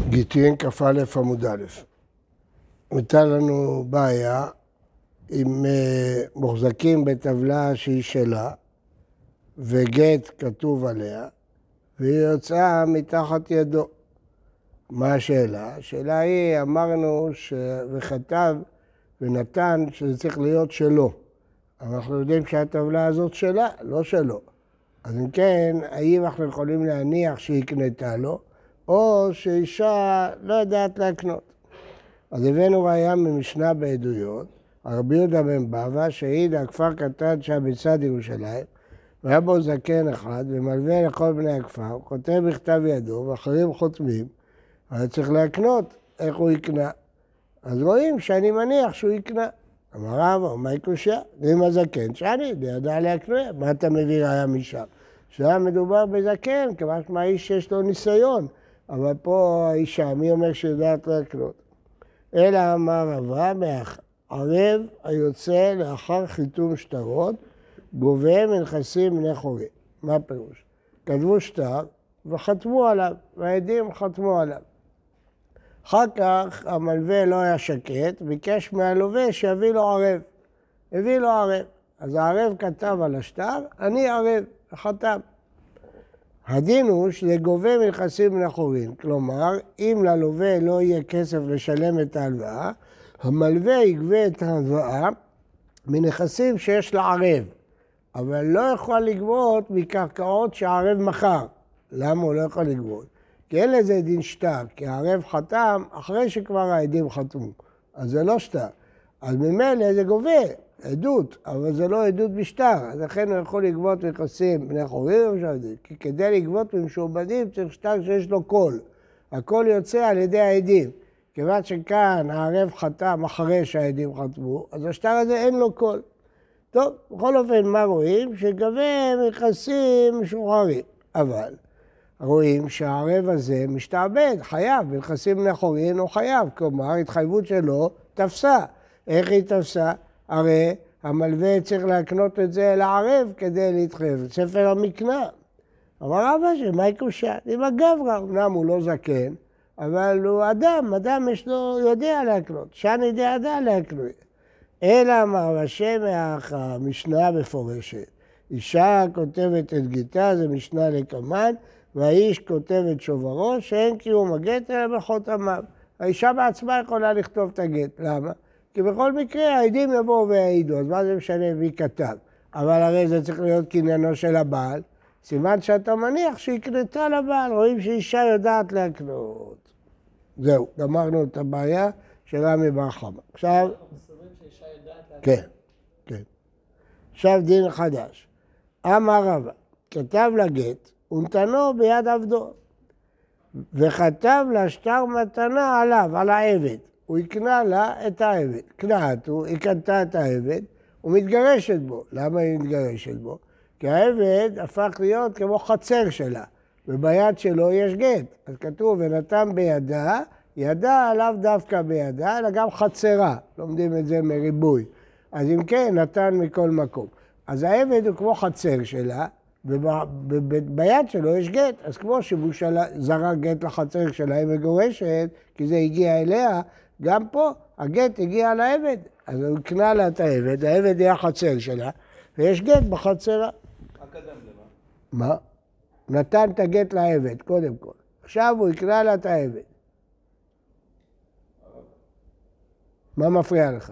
גיטין כ"א עמוד א'. הייתה לנו בעיה עם מוחזקים בטבלה שהיא שלה, וגט כתוב עליה, והיא יוצאה מתחת ידו. מה השאלה? השאלה היא, אמרנו וכתב ונתן שזה צריך להיות שלו. אבל אנחנו יודעים שהטבלה הזאת שלה, לא שלו. אז אם כן, האם אנחנו יכולים להניח שהיא קנתה לו, או שאישה לא יודעת להקנות. אז הבאנו ראיה ממשנה בעדויות, רבי יהודה בן בבא, שהעיד על כפר קטן שהיה בצד ירושלים, והיה בו זקן אחד, ומלווה לכל בני הכפר, כותב בכתב ידו, ואחרים חותמים, אבל צריך להקנות איך הוא יקנה. אז רואים שאני מניח שהוא יקנה. אמר רבא, מה יקושה? ואם הזקן, שאני ידע להקנה, מה אתה מביא ראיה משם? שהיה מדובר בזקן, כיוון מהאיש שיש לו ניסיון, אבל פה האישה, מי אומר שיודעת להקנות? אלא אמר רבא, ערב היוצא לאחר חיתום שטרות, גובה מנכסים בני חורים. מה הפירוש? כתבו שטר וחתמו עליו, והעדים חתמו עליו. אחר כך המלווה לא היה שקט, ביקש מהלווה שיביא לו ערב. הביא לו ערב. אז הערב כתב על השטר, אני ערב, וחתם. הדין הוא שזה גובה מנכסים בני חורין. כלומר, אם ללווה לא יהיה כסף לשלם את ההלוואה, המלווה יגבה את ההלוואה מנכסים שיש לערב. אבל לא יכול לגבות מקרקעות שהערב מכר. למה הוא לא יכול לגבות? כי אין לזה דין שטר, כי הערב חתם אחרי שכבר העדים חתמו. אז זה לא שטר. אז ממילא זה גובה, עדות, אבל זה לא עדות בשטר. אז לכן הוא יכול לגבות מנכסים בני חורין ומשועבדים. כי כדי לגבות ממשועבדים צריך שטר שיש לו קול. הקול יוצא על ידי העדים. כיוון שכאן הערב חתם אחרי שהעדים חתמו, אז השטר הזה אין לו קול. טוב, בכל אופן, מה רואים? שגבה מנכסים משוחררים. אבל רואים שהערב הזה משתעבד, חייב, בנכסים בני חורין הוא חייב. כלומר, התחייבות שלו תפסה. איך היא תפסה? הרי המלווה צריך להקנות את זה לערב כדי להתחייב. ספר המקנה. אמר רבא שמה יקושה? עם הגברא, אמנם הוא לא זקן, אבל הוא אדם יש לו יודע להקנות. שאני ידע להקנות. אלא אמר השם המשנה מפורשת. אישה כותבת את גיטה, זה משנה לקמן, והאיש כותב את שוברו, שאין קיום הגט אלא בחותמיו. האישה בעצמה יכולה לכתוב את הגט. למה? כי בכל מקרה העדים יבואו ויעידו, אז מה זה משנה מי כתב? אבל הרי זה צריך להיות קניינו של הבעל. סימן שאתה מניח שהיא קנתה לבעל, רואים שאישה יודעת להקנות. זהו, גמרנו את הבעיה של רמי בר חמא. עכשיו... כן, כן. עכשיו דין חדש. אמר רבא, כתב לגט, ונתנו ביד עבדו, וכתב לה שטר מתנה עליו, על העבד. הוא יקנה לה את העבד. קנעתו, היא קנתה את העבד, ומתגרשת בו. למה היא מתגרשת בו? כי העבד הפך להיות כמו חצר שלה, וביד שלו יש גט. אז כתוב, ונתן בידה, ידה עליו דווקא בידה, אלא גם חצרה. לומדים את זה מריבוי. אז אם כן, נתן מכל מקום. אז העבד הוא כמו חצר שלה, וביד שלו יש גט. אז כמו שבושלה זרק גט לחצר שלה, היא מגורשת, כי זה הגיע אליה, גם פה הגט הגיע לעבד. אז הוא קנה לה את העבד, העבד היא החצר שלה, ויש גט בחצרה. מה קדם למה? מה? נתן את הגט לעבד, קודם כל. עכשיו הוא יקנה לה את העבד. מה מפריע לך?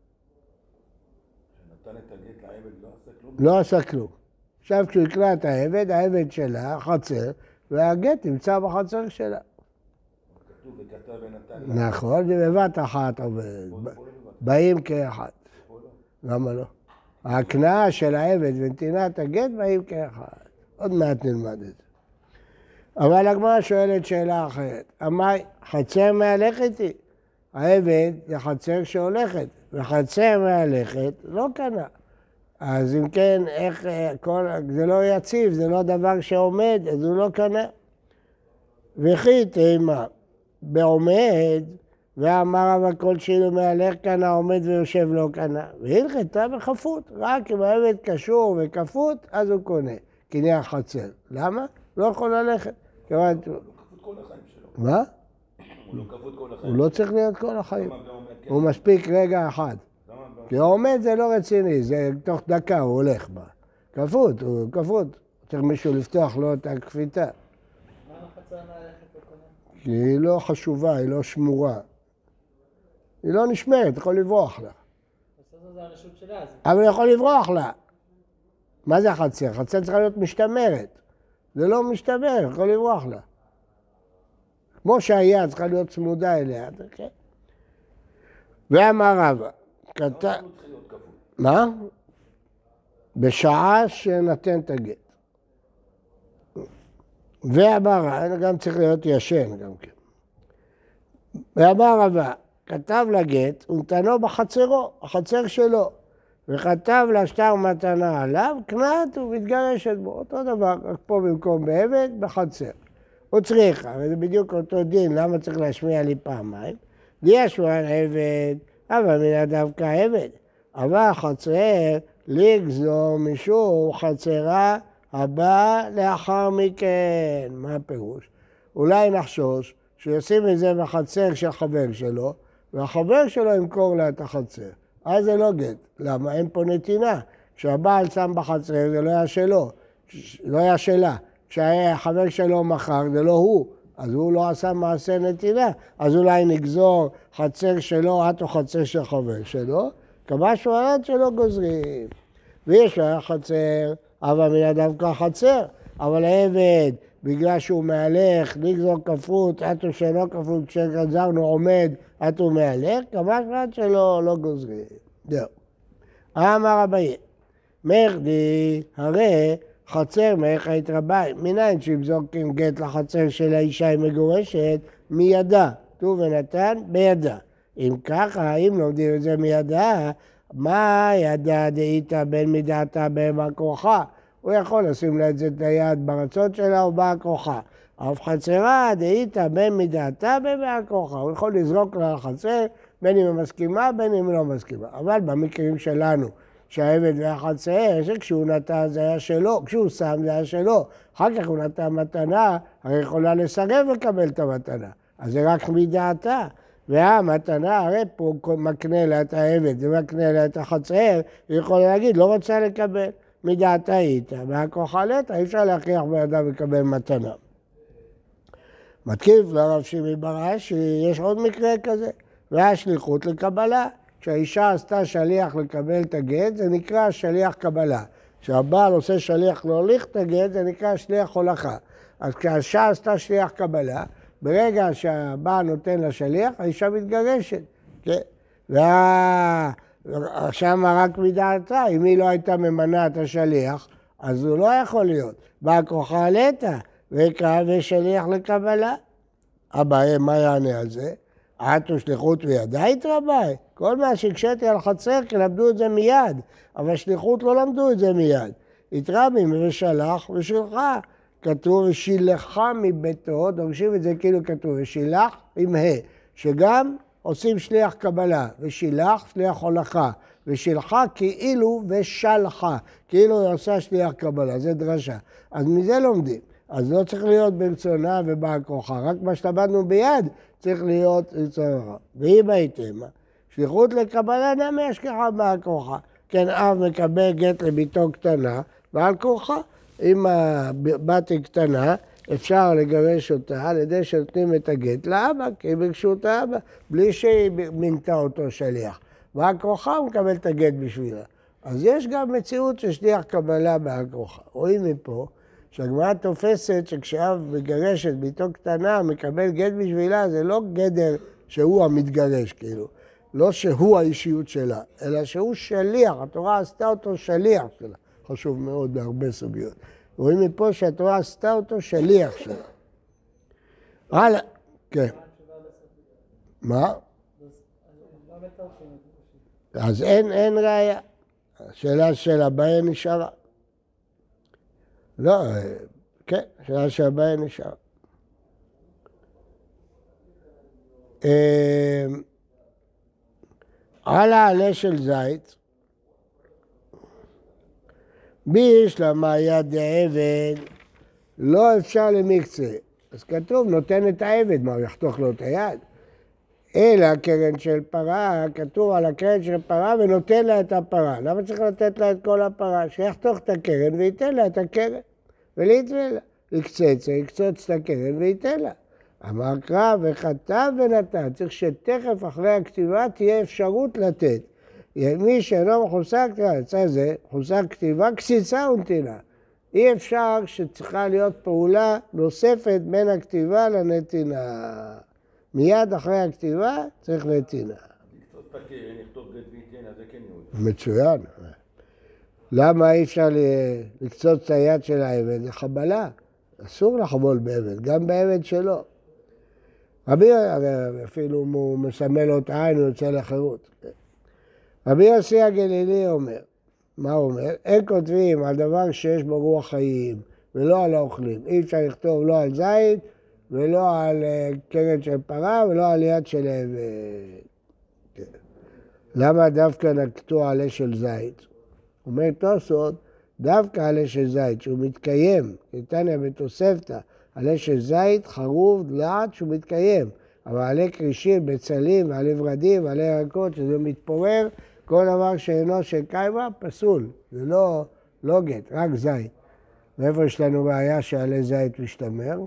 נתן את הגט לעבד לא עשה כלום? לא עשה כלום. עכשיו כשהוא יקרא את העבד, העבד שלה, חצר, והגט נמצא בחצר שלה. כתוב וכתב ונתן. נכון, זה בבת אחת עובד. באים כאחד. למה לא? ההקנאה של העבד ונתינת הגט באים כאחד. עוד מעט נלמד את זה. אבל הגמרא שואלת שאלה אחרת. אמי, חצר מהלכת היא? העבד זה חצר שהולכת, וחצר מהלכת לא קנה. אז אם כן, איך זה לא יציב, זה לא דבר שעומד, אז הוא לא קנה. וכי תימה, בעומד, ואמר אבל כל שאילו מהלך קנה, עומד ויושב לא קנה. והלכתה בחפות, רק אם העבד קשור וכפות, אז הוא קונה. קנה החצר. למה? לא יכול ללכת. כל החיים שלו. מה? הוא לא כפות כל החיים. הוא לא צריך להיות כל החיים. למה בעומד כן? הוא מספיק רגע אחד. למה בעומד? כי עומד זה לא רציני, זה תוך דקה הוא הולך בה. כפות, הוא כפות. צריך מישהו לפתוח לו את הכפיתה. מה החצר ללכת לקונה? כי היא לא חשובה, היא לא שמורה. היא לא נשמרת, יכול לברוח לה. בסדר זה הרשות שלה. אבל הוא יכול לברוח לה. מה זה החצר? חצר צריכה להיות משתמרת. זה לא משתמר, יכול לברוח לה. כמו שהיד צריכה להיות צמודה אליה. כן? ואמר רבא, למה הוא צריך להיות כפות? מה? בשעה שנתן את הגט. ואמר רבא, גם צריך להיות ישן גם כן. ואמר רבא, כתב לגט ונתנו בחצרו, החצר שלו. וכתב לה שטר מתנה עליו, קנת ומתגרשת בו. אותו דבר, רק פה במקום בעבד, בחצר. הוא צריכה, וזה בדיוק אותו דין, למה צריך להשמיע לי פעמיים? דישו על עבד, אבל מן דווקא עבד. אבל חצר לגזור משום חצרה הבאה לאחר מכן. מה הפירוש? אולי נחשוש שישים את זה בחצר של חבר שלו, והחבר שלו ימכור לה את החצר. אז זה לא גט. למה? אין פה נתינה. כשהבעל שם בחצר זה לא היה שלו, לא היה שלה. כשהחבר שלו מכר זה לא הוא, אז הוא לא עשה מעשה נתינה. אז אולי נגזור חצר שלו עד או חצר של חבר שלו, כמה שוערת שלא גוזרים. ויש לה חצר, אבל מן דווקא חצר. אבל העבד, בגלל שהוא מהלך, לגזור כפות, עד או שלא כפות, כשגזרנו עומד, עד הוא מהלך, כמה שוערת שלו לא גוזרים. זהו. אמר אביי, מרדי, הרי חצר מאיך התרבי, מניין שאם זורקים גט לחצר של האישה היא מגורשת, מידה, כתוב ונתן בידה. אם ככה, אם לומדים את זה מידה, מה ידה דאיתה בין מידתה בין כוחה? הוא יכול לשים לה את זה את היד ברצות שלה או בא כוחה. אף חצרה דאיתה בין מידתה בין כוחה. הוא יכול לזרוק לה לחצר, בין אם היא מסכימה, בין אם היא לא מסכימה. אבל במקרים שלנו, שהעבד והחצר, שכשהוא נתן זה היה שלו, כשהוא שם זה היה שלו. אחר כך הוא נתן מתנה, הרי יכולה לסרב לקבל את המתנה. אז זה רק מדעתה. והמתנה, הרי פה מקנה לה את העבד ומקנה לה את החצר, היא יכולה להגיד, לא רוצה לקבל. מדעתה איתה, והכוחה לתה, אי אפשר להכריח באדם לקבל מתנה. מתקיף לרב שמעי ברש שיש עוד מקרה כזה, והשליחות לקבלה. כשהאישה עשתה שליח לקבל את הגט, זה נקרא שליח קבלה. כשהבעל עושה שליח להוליך את הגט, זה נקרא שליח הולכה. אז כשהאישה עשתה שליח קבלה, ברגע שהבעל נותן לה שליח, האישה מתגרשת. כן? שם רק מדעתה, אם היא לא הייתה ממנה את השליח, אז הוא לא יכול להיות. בא כוחה עלתה, ויקרא ושליח לקבלה. אביי, מה יענה על זה? עטו שליחות וידה התרבי. כל מה שהקשיתי על חצר, כי למדו את זה מיד, אבל שליחות לא למדו את זה מיד. התרבי ושלח ושלחה. כתוב ושילחה מביתו, דורשים את זה כאילו כתוב, ושילח עם ה', שגם עושים שליח קבלה, ושילח שליח הולכה, ושילחה כאילו ושלחה, כאילו היא עושה שליח קבלה, זה דרשה. אז מזה לומדים. אז לא צריך להיות ברצונה ובעל כוחה, רק מה שלמדנו ביד צריך להיות רצונה. ואם הייתם, שליחות לקבלה נמי השכחה בעל כוחה. כן, אב מקבל גט לביתו קטנה, בעל כוחה. אם הבת היא קטנה, אפשר לגרש אותה על ידי שנותנים את הגט לאבא, כי הם ביקשו את האבא, בלי שהיא מינתה אותו שליח. בעל כוחה הוא מקבל את הגט בשבילה. אז יש גם מציאות של שליח קבלה בעל כוחה. רואים מפה שהגמרא תופסת שכשאב מגרש את ביתו קטנה, מקבל גט בשבילה, זה לא גדר שהוא המתגרש, כאילו. לא שהוא האישיות שלה, אלא שהוא שליח, התורה עשתה אותו שליח שלה. חשוב מאוד בהרבה סוגיות. רואים מפה שהתורה עשתה אותו שליח שלה. הלאה, כן. מה? אז אין ראיה. השאלה של הבעיה נשארה. לא, כן, השאלה של הבעיה נשארה. על העלה של זית, ביש למה יד העבד, לא אפשר למקצה. אז כתוב נותן את העבד, מה הוא יחתוך לו את היד? אלא קרן של פרה, כתוב על הקרן של פרה ונותן לה את הפרה. למה צריך לתת לה את כל הפרה? שיחתוך את הקרן וייתן לה את הקרן. וליתווה לה. יקצוץ את הקרן וייתן לה. אמר קרא וכתב ונתן. צריך שתכף אחרי הכתיבה תהיה אפשרות לתת. מי שאינו מחוסר כתיבה, יצא זה, מחוסר כתיבה, קציצה ונתינה. אי אפשר שצריכה להיות פעולה נוספת בין הכתיבה לנתינה. מיד אחרי הכתיבה צריך נתינה. לקצוץ את הקרן, לכתוב גט וייתן, זה כן יהוד. מצוין. למה אי אפשר לקצוץ את היד של העבד? זה חבלה. אסור לחבול בעבד, גם בעבד שלו. רבי, אפילו אם הוא מסמל לו את העין, הוא יוצא לחירות. רבי יוסי הגלילי אומר, מה הוא אומר? אין כותבים על דבר שיש בו רוח חיים, ולא על האוכלים. אי אפשר לכתוב לא על זית, ולא על קרן של פרה, ולא על יד של עבד. למה דווקא נקטו עלה של זית? אומר תוספות, דווקא עלה של זית, שהוא מתקיים, נתניה בתוספתא, עלה של זית חרוב דלעת שהוא מתקיים, אבל עלה קרישים, בצלים, ועלה ורדים, ועלה ירקות, שזה מתפורר, כל דבר שאינו של קיימה, פסול. זה לא גט, רק זית. ואיפה יש לנו בעיה שעלה זית משתמר?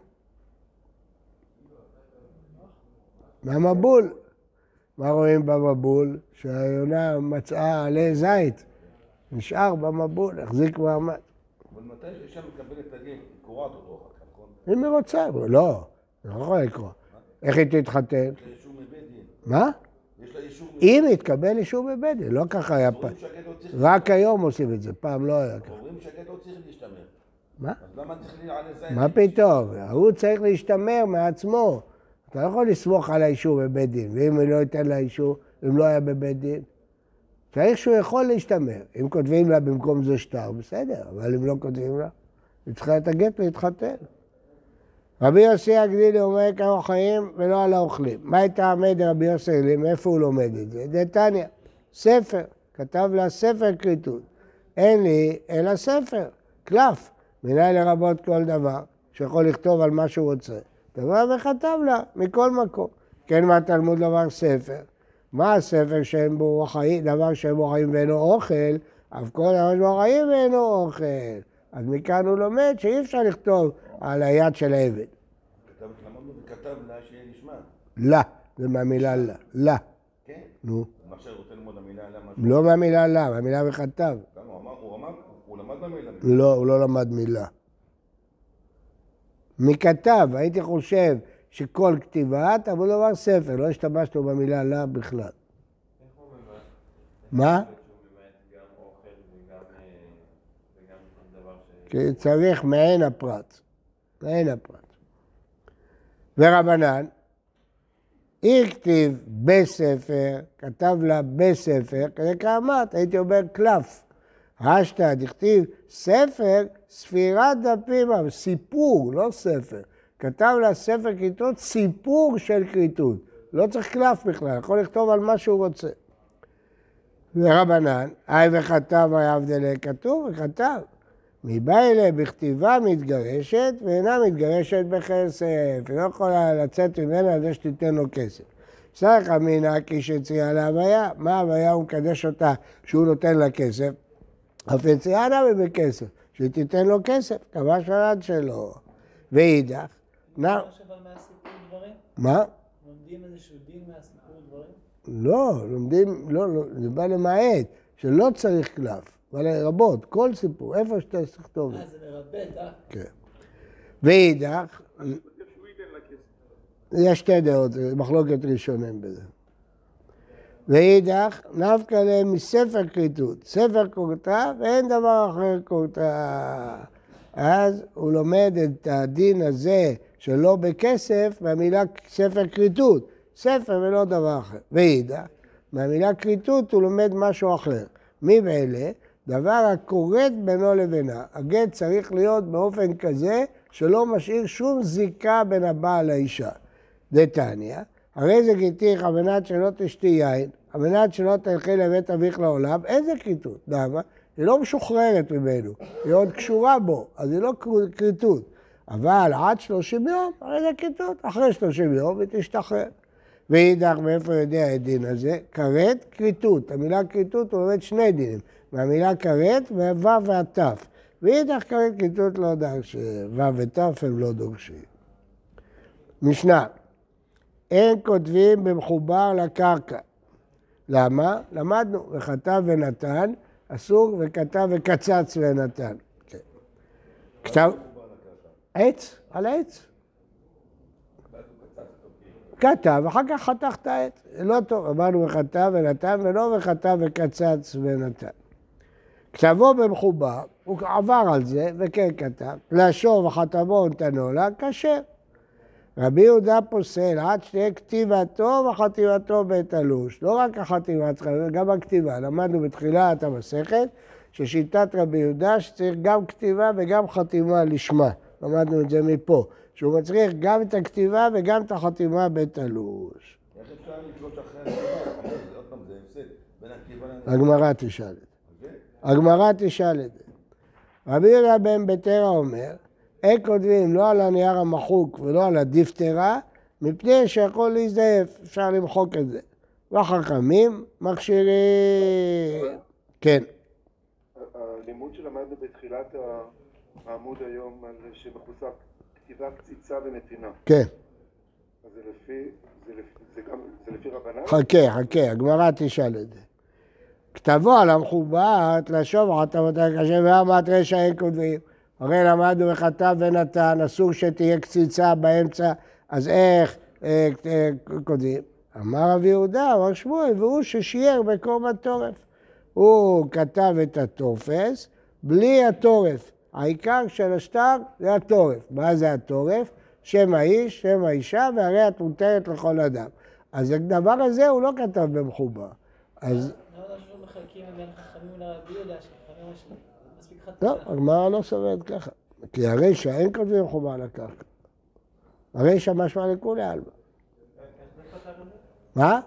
מהמבול. מה רואים במבול? שהיונה מצאה עלה זית. נשאר במבול, החזיק מעמד. אבל מתי אישה מקבלת את הגט, היא קורעת אותו אחר כך, נכון? אם היא רוצה, לא, היא לא יכולה לקרוא. איך היא תתחתן? יש לה אישור מבית דין. מה? יש לה אישור מבית אם יתקבל אישור בבית דין, לא ככה היה פעם. אומרים שהגט לא צריך... רק היום עושים את זה, פעם לא היה ככה. אומרים שהגט לא צריך להשתמר. מה? אז למה צריך על זית? מה פתאום? הוא צריך להשתמר מעצמו. אתה לא יכול לסמוך על האישור בבית דין, ואם לא ייתן לה אישור, אם לא היה בבית דין, צריך שהוא יכול להשתמר. אם כותבים לה במקום זה שטר, בסדר, אבל אם לא כותבים לה, היא צריכה את הגט להתחתן. רבי יוסי הגלילי אומר כמה חיים ולא על האוכלים. מה הייתה עמד רבי יוסי הגלילי? מאיפה הוא לומד את זה? דתניא, ספר, כתב לה ספר כריתות. אין לי אלא ספר, קלף, מנהל לרבות כל דבר, שיכול לכתוב על מה שהוא רוצה. דבר וכתב לה מכל מקום. כן, מה תלמוד דבר ספר? מה הספר שאין בו חיים, דבר שאין בו חיים ואינו אוכל, אף כל דבר שבו חיים ואינו אוכל. אז מכאן הוא לומד שאי אפשר לכתוב על היד של העבד. למדנו וכתב לה שיהיה נשמע. לה, זה מהמילה לה. לה. כן? נו. מה שרוצה ללמוד המילה לה משהו? לא מהמילה לה, מהמילה וכתב. הוא למד במילה. לא, הוא לא למד מילה. מכתב, הייתי חושב שכל כתיבה תלמוד דבר ספר, לא השתמשנו במילה לה בכלל. מה? כי צריך מעין הפרט. מעין הפרט. ורבנן, היא כתיב בספר, כתב לה בספר, כדי כאמת, הייתי אומר קלף. השתא, דכתיב ספר, ספירת דפים, סיפור, לא ספר. כתב לה ספר כריתות, סיפור של כריתות. לא צריך קלף בכלל, יכול לכתוב על מה שהוא רוצה. ורבנן, וכתב היה הבדלה, כתוב וכתב. מבא אליה בכתיבה מתגרשת ואינה מתגרשת בכסף. היא לא יכולה לצאת ממנה על זה שתיתן לו כסף. סך אמינה כשהציעה להוויה. מה ההוויה? הוא מקדש אותה שהוא נותן לה כסף. אף יציאה נמי בכסף, שתיתן לו כסף, כבש ולד שלו. ואידך, מה? דברים? מה? לומדים איזשהו דין מהסיפור דברים? לא, לומדים, לא, זה בא למעט, שלא צריך קלף, אבל לרבות, כל סיפור, איפה שאתה צריך לכתוב. זה מרבה, כן. ואידך, יש שתי דעות, מחלוקת ראשונים בזה. ואידך, נפקא להם מספר כריתות, ספר כורתה ואין דבר אחר כורתה. אז הוא לומד את הדין הזה שלא בכסף מהמילה ספר כריתות, ספר ולא דבר אחר. ואידך, מהמילה כריתות הוא לומד משהו אחר. מי באלה? דבר הכורת בינו לבינה. הגט צריך להיות באופן כזה שלא משאיר שום זיקה בין הבעל לאישה. דתניא, הרי זה גיתיך על מנת שלא תשתי יין, על מנת שלא תלכי לבית אביך לעולם, איזה כריתות? למה? היא לא משוחררת ממנו, היא עוד קשורה בו, אז היא לא כריתות. אבל עד 30 יום, הרי זה כיתות, אחרי 30 יום היא תשתחרר. ואידך, מאיפה יודע הדין הזה? כרת, כריתות. המילה כריתות הוא עובד שני דינים. מהמילה כרת, והוו והתף. ואידך כרת כריתות לא דרשים. וו ותף הם לא דורשים. משנה, אין כותבים במחובר לקרקע. למה? למדנו, וכתב ונתן, אסור וכתב וקצץ ונתן. כן. כתב... עץ, על העץ. כתב, אחר כך חתך את העץ. זה לא טוב, אמרנו וכתב ונתן, ולא וכתב וקצץ ונתן. כתבו במחובר, הוא עבר על זה וכן כתב, לשוב וחתמו נתנו לה, כשר. רבי יהודה פוסל עד שתהיה כתיבתו וחתימתו בית הלוש. לא רק החתימה, גם הכתיבה. למדנו בתחילת המסכת ששיטת רבי יהודה שצריך גם כתיבה וגם חתימה לשמה. למדנו את זה מפה. שהוא מצריך גם את הכתיבה וגם את החתימה בית הלוש. איך אפשר לקלוט אחרי הכתיבה? עוד פעם זה הפסד בין הכתיבה לבין... הגמרא תשאל את זה. הגמרא תשאל את זה. רבי יהודה בן ביתרא אומר, אין כותבים לא על הנייר המחוק ולא על הדיפטרה, מפני שיכול להזדייף, אפשר למחוק את זה. והחכמים מכשירים. כן. הלימוד שלמדנו בתחילת העמוד היום, על שמחוסר כתיבה, קציצה ונתינה. כן. אז זה לפי רבנן? חכה, הגמרא תשאל את זה. כתבו על המחוברת, לשוב חתמתה קשה ואמרת רשע אין כותבים. הרי למדנו וכתב ונתן, אסור שתהיה קציצה באמצע, אז איך כותבים? אמר רבי יהודה, אמר שמואל, והוא ששייר בקום התורף. הוא כתב את התופס בלי התורף. העיקר של השטר זה התורף. מה זה התורף? שם האיש, שם האישה, והרי את מותרת לכל אדם. אז הדבר הזה הוא לא כתב במחובר. אז... לא יודע שלא מחלקים בין חכמים לרבי יהודה, שחכמים יש מספיק חתימה. לא, הגמרא לא סוברת ככה. כי הרשע אין כותבים מחובר לקרקע. הרשע משמע לכולי עלמא. מה?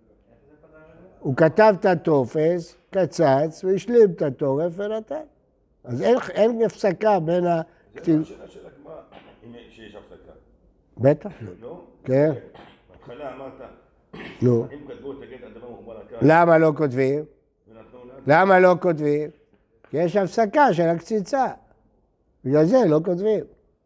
הוא כתב את הטופס, קצץ, והשלים את התורף ונתן. אז אין הפסקה בין הכתיב... זה השאלה של הגמרא, אם שיש הפסקה. בטח. לא? כן. בהתחלה אמרת, נו. אם כתבו את הגט הדבר מחובר לקרקע, למה לא כותבים? ונתנו לה... למה לא כותבים? כי יש הפסקה של הקציצה. בגלל זה לא כותבים.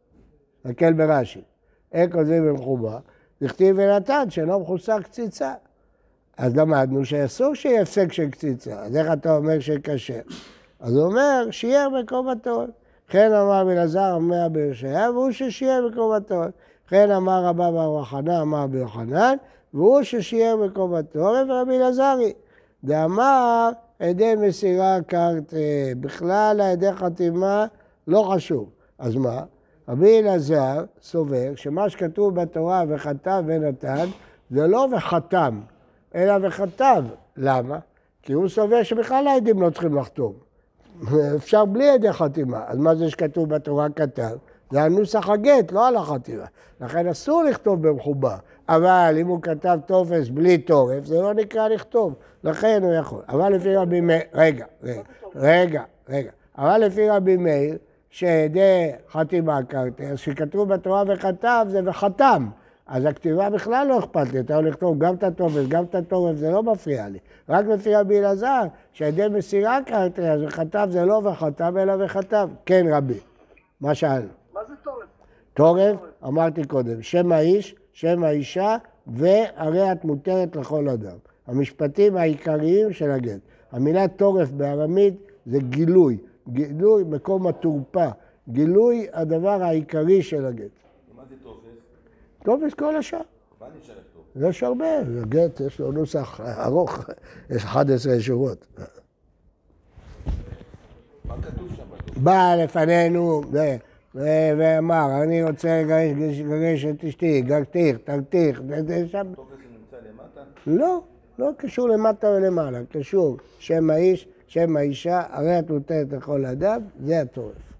נקל ברש"י. אין כותבים במחובר, וכתיב ונתן שלא מחוסר קציצה. אז למדנו שאסור שיהיה הפסק של קציצה. אז איך אתה אומר שקשה? אז הוא אומר, שיהיה מקום התורף. כן אמר אלעזר, אמר בישעיה, והוא ששיהיה מקום התורף. כן אמר רבא בר חנא, אמר ביוחנן, והוא ששיהיה מקום התורף, ורבי אלעזרי. דאמר, עדי מסירה קרתא, בכלל העדי חתימה לא חשוב. אז מה? רבי אלעזר סובר שמה שכתוב בתורה וכתב ונתן, זה לא וחתם, אלא וכתב. למה? כי הוא סובר שבכלל העדים לא צריכים לחתום. אפשר בלי עדי חתימה. אז מה זה שכתוב בתורה כתב? זה הנוסח הגט, לא על החתימה. לכן אסור לכתוב במחובר. אבל אם הוא כתב טופס בלי תורף, זה לא נקרא לכתוב. לכן הוא יכול. אבל לפי רבי מאיר, רגע. אבל לפי רבי מאיר, שעדי חתימה קרתא, אז שכתוב בתורה וכתב זה וחתם. אז הכתיבה בכלל לא אכפת לי, אתה יכול לכתוב גם את הטופס, גם את התורף, זה לא מפריע לי. רק לפי רבי אלעזר, שעדי מסירה קרתא, אז וכתב זה לא וחתם, אלא וכתב. כן רבי, מה שאלנו? מה זה תורף? תורף, אמרתי קודם, שם האיש, שם האישה, והרי את מותרת לכל אדם. המשפטים העיקריים של הגט. המילה תורף בארמית זה גילוי, גילוי מקום התורפה, גילוי הדבר העיקרי של הגט. מה זה טופס? טופס כל השאר. מה נשאר לכתוב? יש הרבה, הגט יש לו נוסח ארוך, יש 11 שורות. מה כתוב שם בטופס? בא לפנינו ואמר, אני רוצה לגרש את אשתי, גרתיך, תרתיך, שם. טופס נמצא למטה? לא קשור למטה ולמעלה, קשור שם האיש, שם האישה, הרי את נותנת לכל אדם, זה התורף.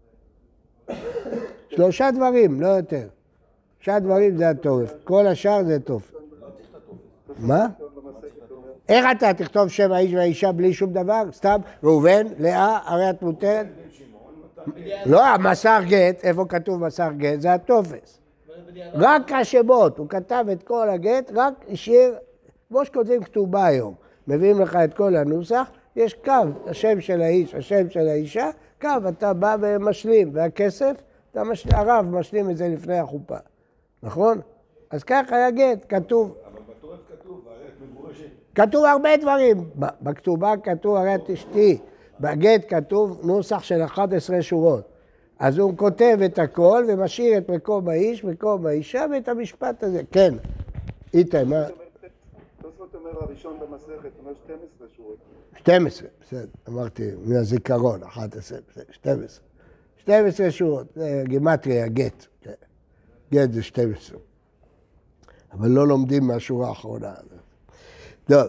3 דברים, לא יותר. 3 דברים זה התורף, כל השאר זה תורף. מה? איך אתה תכתוב שם האיש והאישה בלי שום דבר? סתם, ראובן, לאה, הרי את מותרת? לא, המסר גט, איפה כתוב מסר גט? זה הטופס. רק השמות, הוא כתב את כל הגט, רק השאיר, כמו שכותבים כתובה היום, מביאים לך את כל הנוסח, יש קו, השם של האיש, השם של האישה, קו, אתה בא ומשלים, והכסף, הרב משלים את זה לפני החופה, נכון? אז ככה היה גט, כתוב. אבל בתורה כתוב, הרי את מגורשת. כתוב הרבה דברים, בכתובה כתוב הרי את אשתי, בגט כתוב נוסח של 11 שורות. אז הוא כותב את הכל ומשאיר את מקום האיש, מקום האישה ואת המשפט הזה. כן, איתי, מה? תוספות אומר הראשון במסכת, אומר 12 שורות. 12, בסדר, אמרתי מן הזיכרון, 11, 12. 12 שורות, זה גימטריה, גט. גט זה 12. אבל לא לומדים מהשורה האחרונה. טוב,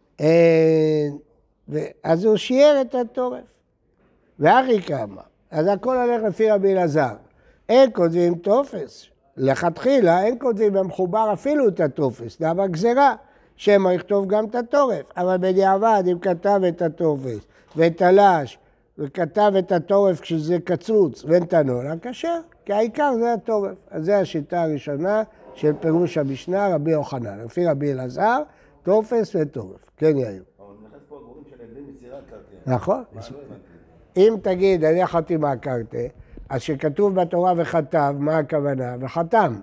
אז הוא שיער את התורף. ואחי כמה, אז הכל הולך לפי רבי אלעזר. אין כותבים טופס. לכתחילה אין כותבים במחובר אפילו את הטופס. למה גזירה? שמא יכתוב גם את התורף. אבל בדיעבד, אם כתב את הטופס ותלש, וכתב את התורף כשזה קצוץ ונתנו לה, כשר. כי העיקר זה התורף. אז זו השיטה הראשונה של פירוש המשנה, רבי יוחנן. לפי רבי אלעזר, טופס ותורף. כן יאיר. אבל נכנס פה הגבורים של ידי מסירה קרתי. נכון. אם תגיד, אני חתימה קרתי, אז שכתוב בתורה וכתב, מה הכוונה? וחתם.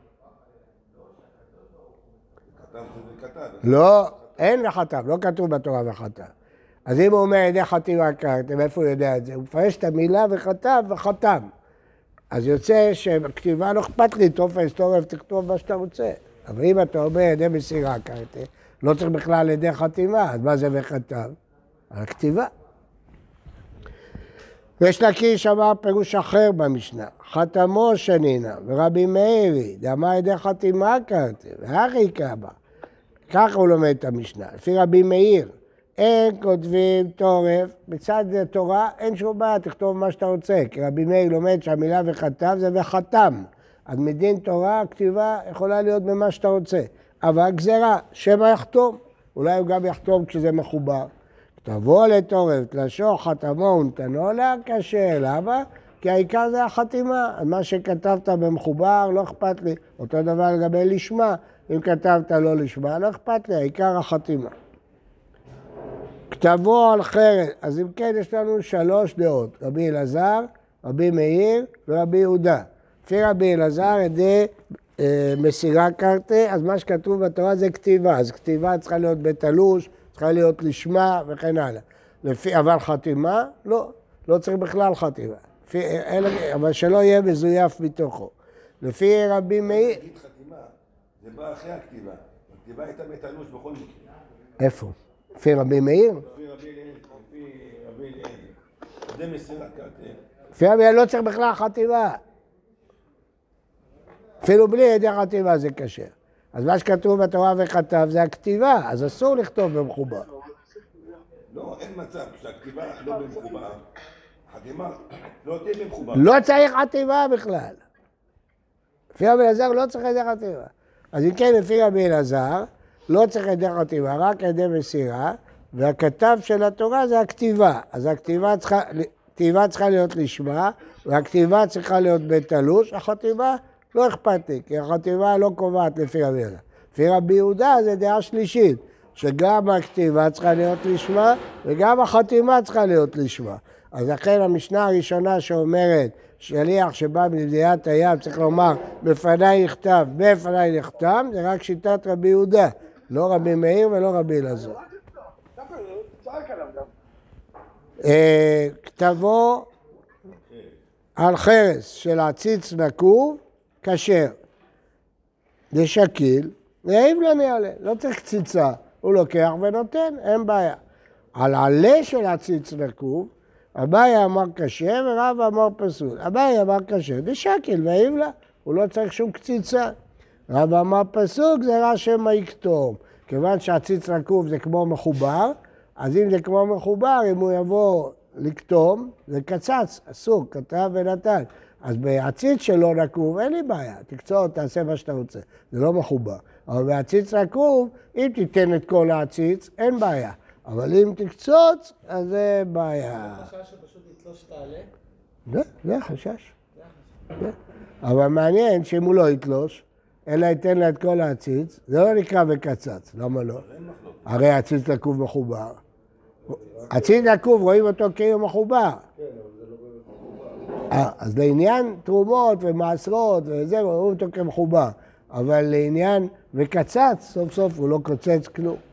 לא, אין וחתם, לא כתוב בתורה וכתב. אז אם הוא אומר ידי חתימה קרתי, מאיפה הוא יודע את זה? הוא מפרש את המילה וכתב וחתם. אז יוצא שבכתיבה לא אכפת לי, טופס, טורף, תכתוב מה שאתה רוצה. אבל אם אתה אומר ידי מסירה קרתי, לא צריך בכלל ידי חתימה, אז מה זה וכתב? על הכתיבה. יש לקיש אמר פירוש אחר במשנה, חתמו שנינה ורבי מאירי, דאמר ידי חתימה קרתי, והכי כמה. ככה הוא לומד את המשנה. לפי רבי מאיר, אין כותבים טורף, בצד התורה אין שום בעיה, תכתוב מה שאתה רוצה, כי רבי מאיר לומד שהמילה וכתב זה וחתם. אז מדין תורה, הכתיבה יכולה להיות במה שאתה רוצה. אבל גזירה, שמא יחתום. אולי הוא גם יחתום כשזה מחובר. תבוא לטורף, תלשוך חתמו ונתנו לה, קשה. למה? כי העיקר זה החתימה. אז מה שכתבת במחובר לא אכפת לי. אותו דבר לגבי לשמה. אם כתבת לא לשמה, לא אכפת לי. העיקר החתימה. כתבו על חרס. אז אם כן, יש לנו 3 דעות. רבי אלעזר, רבי מאיר ורבי יהודה. לפי רבי אלעזר, ידי מסירה קרתי, אז מה שכתוב בתורה זה כתיבה. אז כתיבה צריכה להיות בתלוש, צריכה להיות לשמה וכן הלאה. אבל חתימה, לא צריך בכלל חתימה. אבל שלא יהיה מזויף מתוכו. לפי רבי מאיר... תגיד חתימה, זה בא אחרי הכתיבה. הכתיבה הייתה בתלוש בכל מקרה. איפה? לפי רבי מאיר? לפי רבי ידי מסירה קרתי. לפי רבי מאיר לא צריך בכלל חתימה. אפילו בלי ידי חתימה זה קשה. אז מה שכתוב בתורה וכתב זה הכתיבה, אז אסור לכתוב במחובר. לא, אין מצב, כשהכתיבה לא במחובר, חתימה לא תהיה במחובר. לא צריך חתימה בכלל. לפי רבי אלעזר לא צריך ידי חתימה. אז אם כן, לפי רבי אלעזר, לא צריך ידי חתימה, רק ידי מסירה, והכתב של התורה זה הכתיבה. אז הכתיבה צריכה להיות לשמה, והכתיבה צריכה להיות בתלוש, החתימה לא אכפת לי, כי החתימה לא קובעת לפי רבי יהודה. לפי רבי יהודה זה דעה שלישית, שגם הכתיבה צריכה להיות לשמה, וגם החתימה צריכה להיות לשמה. אז לכן המשנה הראשונה שאומרת, שליח שבא מנדיעת הים צריך לומר, בפניי נכתב, בפניי נחתם, זה רק שיטת רבי יהודה, לא רבי מאיר ולא רבי אלעזר. כתבו על חרס של עציץ נקוב, כשר. זה שקיל, נעיב לנעלה, לא צריך קציצה, הוא לוקח ונותן, אין בעיה. על עלה של עציץ נקוב, אביי אמר כשר ורב אמר פסול. אביי אמר כשר, זה שקיל, נעיב לה, הוא לא צריך שום קציצה. רב אמר פסול, גזירה שמא יקטום. כיוון שעציץ נקוב זה כמו מחובר, אז אם זה כמו מחובר, אם הוא יבוא לקטום, זה קצץ, אסור, כתב ונתן. אז בעציץ שלא נקוב, אין לי בעיה, תקצור, תעשה מה שאתה רוצה, זה לא מחובר. אבל בעציץ נקוב, אם תיתן את כל העציץ, אין בעיה. אבל אם תקצוץ, אז זה בעיה. חשש שפשוט יתלוש את העלה? זה החשש. כן. אבל מעניין שאם הוא לא יתלוש, אלא ייתן לה את כל העציץ, זה לא נקרא וקצץ, למה לא? הרי העציץ נקוב מחובר. עציץ נקוב, רואים אותו כאילו מחובר. כן, אבל זה לא באמת מחובר. אז לעניין תרומות ומעשרות וזה, רואים אותו כמחובר. אבל לעניין וקצץ, סוף סוף הוא לא קוצץ כלום.